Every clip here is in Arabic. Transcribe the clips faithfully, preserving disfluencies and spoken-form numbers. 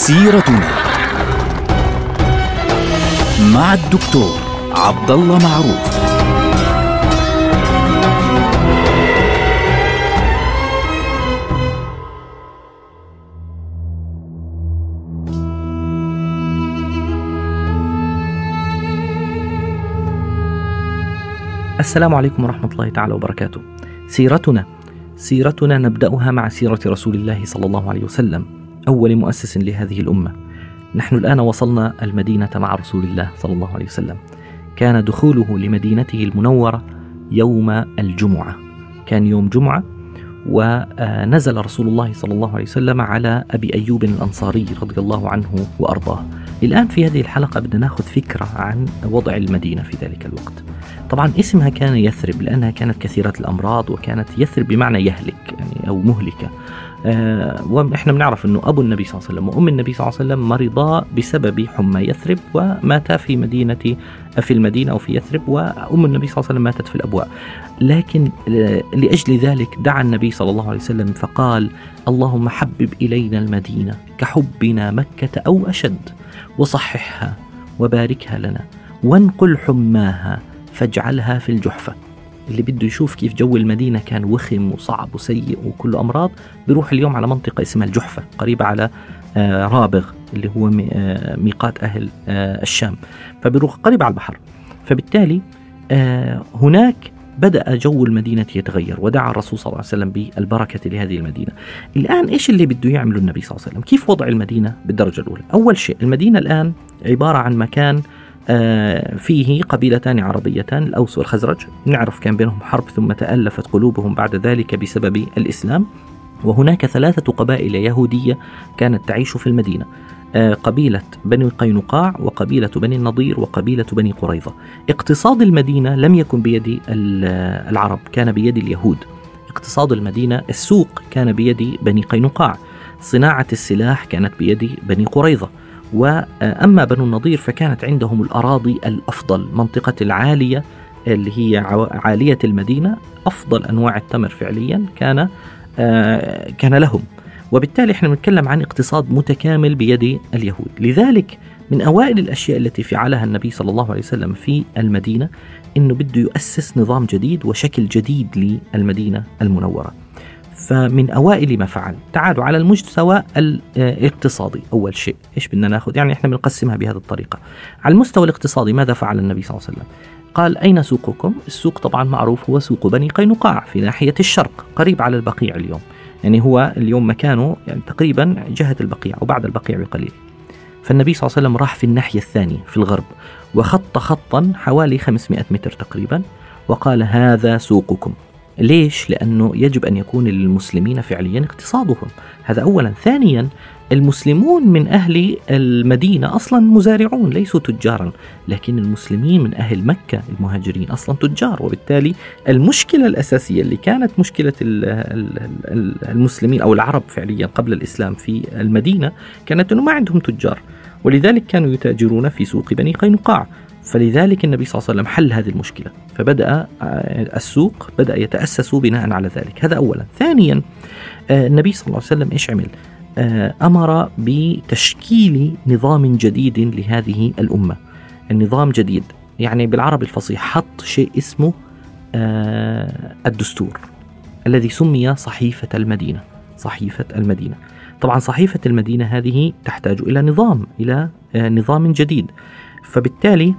سيرتنا مع الدكتور عبد الله معروف. السلام عليكم ورحمة الله تعالى وبركاته. سيرتنا سيرتنا نبدأها مع سيرة رسول الله صلى الله عليه وسلم، أول مؤسس لهذه الأمة. نحن الآن وصلنا المدينة مع رسول الله صلى الله عليه وسلم. كان دخوله لمدينته المنورة يوم الجمعة، كان يوم جمعة، ونزل رسول الله صلى الله عليه وسلم على أبي أيوب الأنصاري رضي الله عنه وأرضاه. الآن في هذه الحلقة بدنا ناخذ فكرة عن وضع المدينة في ذلك الوقت. طبعا اسمها كان يثرب لأنها كانت كثيرة الأمراض، وكانت يثرب بمعنى يهلك يعني أو مهلكة. آه وإحنا بنعرف أنه أبو النبي صلى الله عليه وسلم وأم النبي صلى الله عليه وسلم مرضا بسبب حمى يثرب، وماتا في مدينة في المدينة أو في يثرب، وأم النبي صلى الله عليه وسلم ماتت في الأبواء. لكن لأجل ذلك دعا النبي صلى الله عليه وسلم فقال: اللهم حبب إلينا المدينة كحبنا مكة أو أشد، وصححها وباركها لنا، وانقل حماها فاجعلها في الجحفة. اللي بده يشوف كيف جو المدينة كان وخم وصعب وسيء وكل أمراض، بيروح اليوم على منطقة اسمها الجحفة قريبة على آه رابغ اللي هو آه ميقات أهل آه الشام، فبيروح قريب على البحر. فبالتالي آه هناك بدأ جو المدينة يتغير، ودعا الرسول صلى الله عليه وسلم بالبركة لهذه المدينة. الآن إيش اللي بده يعمله النبي صلى الله عليه وسلم؟ كيف وضع المدينة بالدرجة الأولى؟ أول شيء، المدينة الآن عبارة عن مكان فيه قبيلتان عربيتان، الأوس والخزرج. نعرف كان بينهم حرب ثم تألفت قلوبهم بعد ذلك بسبب الإسلام. وهناك ثلاثة قبائل يهودية كانت تعيش في المدينة: قبيلة بني قينقاع، وقبيلة بني النضير، وقبيلة بني قريظة. اقتصاد المدينة لم يكن بيد العرب، كان بيد اليهود. اقتصاد المدينة، السوق كان بيد بني قينقاع، صناعة السلاح كانت بيد بني قريظة. وأما بنو النضير فكانت عندهم الأراضي الأفضل، منطقة العالية اللي هي عالية المدينة، أفضل أنواع التمر فعليا كان كان لهم. وبالتالي احنا بنتكلم عن اقتصاد متكامل بيد اليهود. لذلك من أوائل الأشياء التي فعلها النبي صلى الله عليه وسلم في المدينة إنه بده يؤسس نظام جديد وشكل جديد للمدينة المنورة. فمن أوائل ما فعل، تعالوا على المستوى الاقتصادي. أول شيء إيش بدنا ناخذ؟ يعني إحنا بنقسمها بهذه الطريقة. على المستوى الاقتصادي ماذا فعل النبي صلى الله عليه وسلم؟ قال: أين سوقكم؟ السوق طبعا معروف هو سوق بني قينقاع في ناحية الشرق قريب على البقيع اليوم، يعني هو اليوم مكانه يعني تقريبا جهة البقيع وبعد البقيع بقليل. فالنبي صلى الله عليه وسلم راح في الناحية الثانية في الغرب، وخط خطا حوالي خمسمائة متر تقريبا، وقال: هذا سوقكم. ليش؟ لأنه يجب أن يكون للمسلمين فعليا اقتصادهم، هذا أولا. ثانيا، المسلمون من أهل المدينة أصلا مزارعون ليسوا تجارا، لكن المسلمين من أهل مكة المهاجرين أصلا تجار. وبالتالي المشكلة الأساسية اللي كانت مشكلة المسلمين أو العرب فعليا قبل الإسلام في المدينة كانت أنه ما عندهم تجار، ولذلك كانوا يتاجرون في سوق بني قينقاع. فلذلك النبي صلى الله عليه وسلم حل هذه المشكلة، فبدأ السوق بدأ يتأسس بناء على ذلك. هذا أولا. ثانيا، النبي صلى الله عليه وسلم إيش عمل؟ أمر بتشكيل نظام جديد لهذه الأمة. النظام جديد يعني بالعربي الفصيح حط شيء اسمه الدستور الذي سمي صحيفة المدينة. صحيفة المدينة طبعا صحيفة المدينة هذه تحتاج إلى نظام إلى نظام جديد. فبالتالي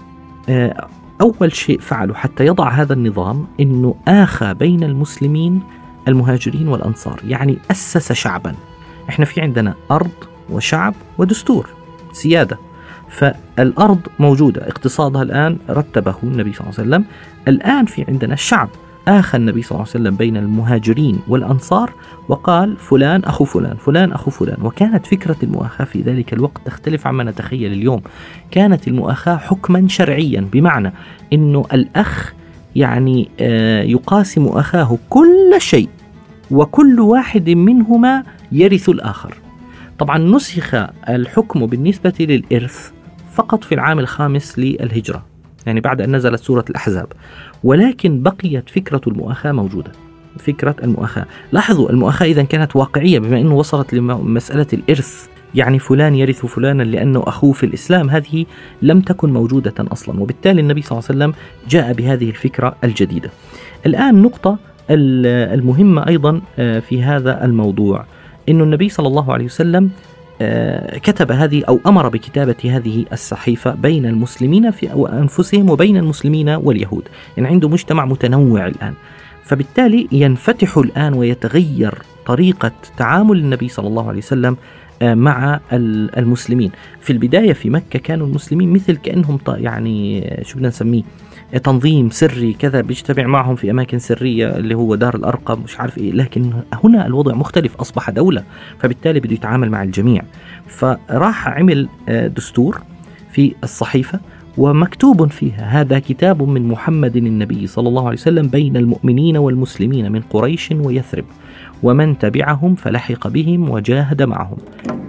أول شيء فعله حتى يضع هذا النظام إنه آخى بين المسلمين المهاجرين والأنصار، يعني أسس شعبا. إحنا في عندنا أرض وشعب ودستور سيادة، فالأرض موجودة اقتصادها الآن رتبه النبي صلى الله عليه وسلم. الآن في عندنا الشعب، آخى النبي صلى الله عليه وسلم بين المهاجرين والأنصار وقال: فلان أخو فلان، فلان أخو فلان. وكانت فكرة المؤاخاة في ذلك الوقت تختلف عما نتخيل اليوم. كانت المؤاخاة حكما شرعيا، بمعنى أنه الأخ يعني يقاسم أخاه كل شيء، وكل واحد منهما يرث الآخر. طبعا نسخ الحكم بالنسبة للإرث فقط في العام الخامس للهجرة، يعني بعد أن نزلت سورة الأحزاب، ولكن بقيت فكرة المؤاخاة موجودة. فكرة المؤاخاة، لاحظوا المؤاخاة إذن كانت واقعية بما أنه وصلت لمسألة الإرث يعني فلان يرث فلانا لأنه أخوه في الإسلام، هذه لم تكن موجودة أصلا، وبالتالي النبي صلى الله عليه وسلم جاء بهذه الفكرة الجديدة. الآن نقطة المهمة أيضا في هذا الموضوع، إنه النبي صلى الله عليه وسلم كتب هذه أو أمر بكتابة هذه الصحيفة بين المسلمين في أنفسهم وبين المسلمين واليهود، يعني عنده مجتمع متنوع الآن، فبالتالي ينفتح الآن ويتغير طريقة تعامل النبي صلى الله عليه وسلم مع المسلمين. في البداية في مكة كانوا المسلمين مثل كأنهم يعني شو بدنا نسميه تنظيم سري كذا، بيجتمع معهم في أماكن سرية اللي هو دار الأرقم مش عارف إيه، لكن هنا الوضع مختلف، أصبح دولة، فبالتالي بده يتعامل مع الجميع. فراح عمل دستور في الصحيفة ومكتوب فيها: هذا كتاب من محمد النبي صلى الله عليه وسلم بين المؤمنين والمسلمين من قريش ويثرب ومن تبعهم فلحق بهم وجاهد معهم،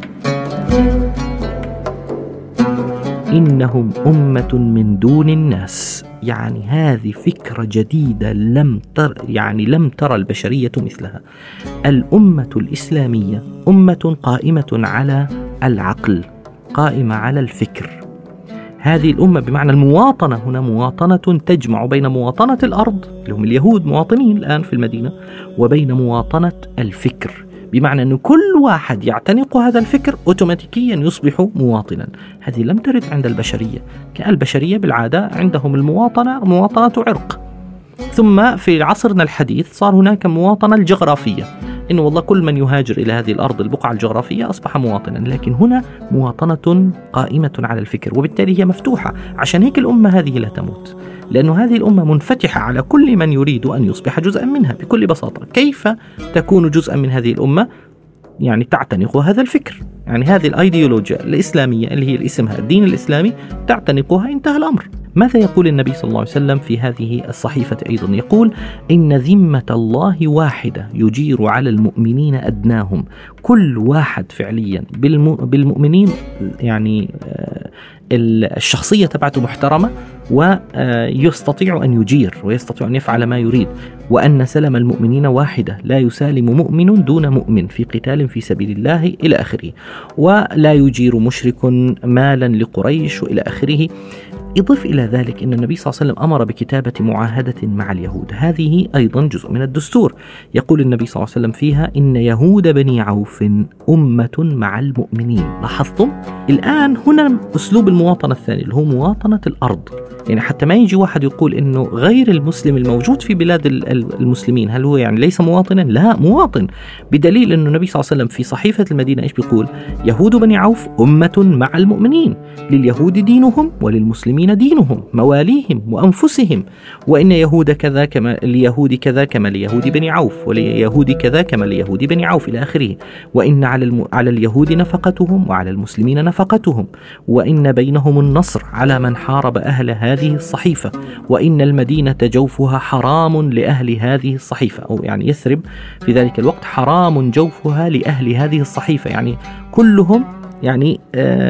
إنهم أمة من دون الناس. يعني هذه فكرة جديدة لم تر يعني لم ترى البشرية مثلها. الأمة الإسلامية أمة قائمة على العقل، قائمة على الفكر. هذه الأمة بمعنى المواطنة، هنا مواطنة تجمع بين مواطنة الأرض اللي هم اليهود مواطنين الآن في المدينة، وبين مواطنة الفكر، بمعنى أن كل واحد يعتنق هذا الفكر أوتوماتيكيا يصبح مواطنا. هذه لم ترد عند البشرية. البشرية بالعادة عندهم المواطنة مواطنة عرق، ثم في عصرنا الحديث صار هناك مواطنة الجغرافية، إنه والله كل من يهاجر إلى هذه الأرض البقعة الجغرافية أصبح مواطنا، لكن هنا مواطنة قائمة على الفكر، وبالتالي هي مفتوحة. عشان هيك الأمة هذه لا تموت، لأن هذه الأمة منفتحة على كل من يريد أن يصبح جزءا منها بكل بساطة. كيف تكون جزءا من هذه الأمة؟ يعني تعتنق هذا الفكر، يعني هذه الأيديولوجيا الإسلامية اللي هي اسمها الدين الإسلامي تعتنقها، انتهى الأمر. ماذا يقول النبي صلى الله عليه وسلم في هذه الصحيفة أيضا؟ يقول: إن ذمة الله واحدة يجير على المؤمنين أدناهم. كل واحد فعليا بالمؤمنين يعني الشخصية تبعته محترمة ويستطيع أن يجير ويستطيع أن يفعل ما يريد، وأن سلم المؤمنين واحدة، لا يسالم مؤمن دون مؤمن في قتال في سبيل الله إلى آخره، ولا يجير مشرك مالا لقريش وإلى آخره. إضف إلى ذلك أن النبي صلى الله عليه وسلم أمر بكتابة معاهدة مع اليهود، هذه أيضا جزء من الدستور. يقول النبي صلى الله عليه وسلم فيها: إن يهود بني عوف أمة مع المؤمنين. لاحظتم؟ الآن هنا أسلوب المواطنة الثاني اللي هو مواطنة الأرض، يعني حتى ما يجي واحد يقول إنه غير المسلم الموجود في بلاد المسلمين هل هو يعني ليس مواطنا؟ لا، مواطن، بدليل أنه النبي صلى الله عليه وسلم في صحيفة المدينة إيش بيقول؟ يهود بني عوف أمة مع المؤمنين، لليهود دينهم وللمسلمين دينهم، مواليهم وأنفسهم، وإن يهود كذا كما ليهود كذا كما ليهود بني عوف، وليهود كذا كما ليهود بني عوف إلى آخره، وإن على الم... على اليهود نفقتهم وعلى المسلمين نفقتهم، وإن بينهم النصر على من حارب أهل هذه الصحيفة، وإن المدينة جوفها حرام لأهل هذه الصحيفة، أو يعني يثرب في ذلك الوقت حرام جوفها لأهل هذه الصحيفة، يعني كلهم يعني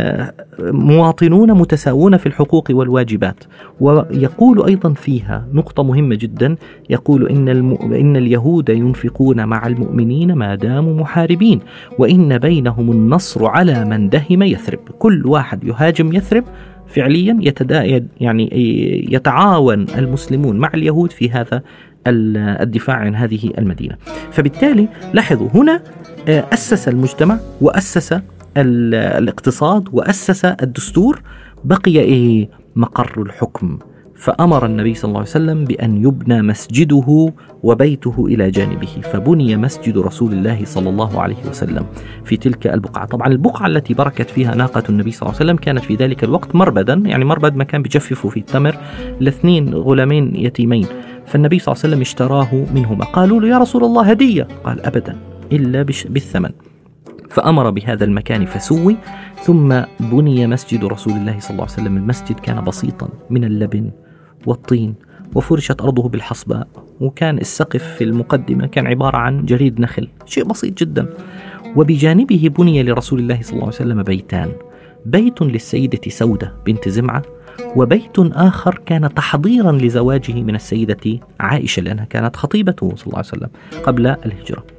مواطنون متساوون في الحقوق والواجبات. ويقول أيضا فيها نقطة مهمة جدا، يقول إن, الم... إن اليهود ينفقون مع المؤمنين ما داموا محاربين، وإن بينهم النصر على من دهم يثرب. كل واحد يهاجم يثرب فعليا يتدا... يعني يتعاون المسلمون مع اليهود في هذا الدفاع عن هذه المدينة. فبالتالي لاحظوا هنا أسس المجتمع وأسس الاقتصاد وأسس الدستور، بقي إيه؟ مقر الحكم. فأمر النبي صلى الله عليه وسلم بأن يبنى مسجده وبيته إلى جانبه، فبني مسجد رسول الله صلى الله عليه وسلم في تلك البقعة. طبعا البقعة التي بركت فيها ناقة النبي صلى الله عليه وسلم كانت في ذلك الوقت مربدا، يعني مربد مكان بيجففوا فيه التمر لاثنين غلامين يتيمين، فالنبي صلى الله عليه وسلم اشتراه منهما. قالوا له: يا رسول الله هدية. قال: أبدا إلا بالثمن. فأمر بهذا المكان فسوي، ثم بني مسجد رسول الله صلى الله عليه وسلم. المسجد كان بسيطا من اللبن والطين، وفرشت أرضه بالحصباء، وكان السقف في المقدمة كان عبارة عن جريد نخل، شيء بسيط جدا. وبجانبه بني لرسول الله صلى الله عليه وسلم بيتان، بيت للسيدة سودة بنت زمعة، وبيت آخر كان تحضيرا لزواجه من السيدة عائشة، لأنها كانت خطيبته صلى الله عليه وسلم قبل الهجرة.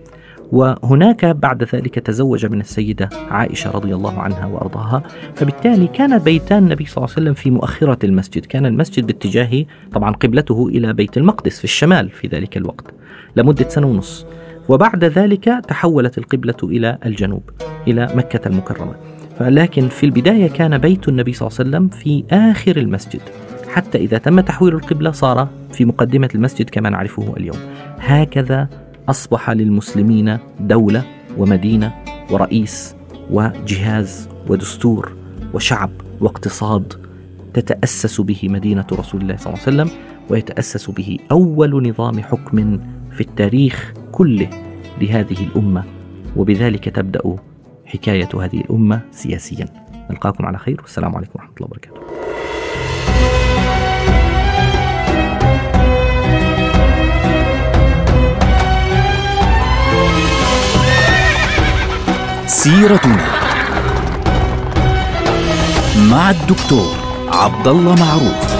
وهناك بعد ذلك تزوج من السيدة عائشة رضي الله عنها وأرضاها، فبالتالي كان بيتان النبي صلى الله عليه وسلم في مؤخرة المسجد. كان المسجد باتجاه طبعا قبلته إلى بيت المقدس في الشمال في ذلك الوقت لمدة سنة ونص، وبعد ذلك تحولت القبلة إلى الجنوب إلى مكة المكرمة. لكن في البداية كان بيت النبي صلى الله عليه وسلم في آخر المسجد، حتى إذا تم تحويل القبلة صار في مقدمة المسجد كما نعرفه اليوم. هكذا أصبح للمسلمين دولة ومدينة ورئيس وجهاز ودستور وشعب واقتصاد تتأسس به مدينة رسول الله صلى الله عليه وسلم، ويتأسس به أول نظام حكم في التاريخ كله لهذه الأمة، وبذلك تبدأ حكاية هذه الأمة سياسيا. نلقاكم على خير، والسلام عليكم ورحمة الله وبركاته. سيرتنا مع الدكتور عبد الله معروف.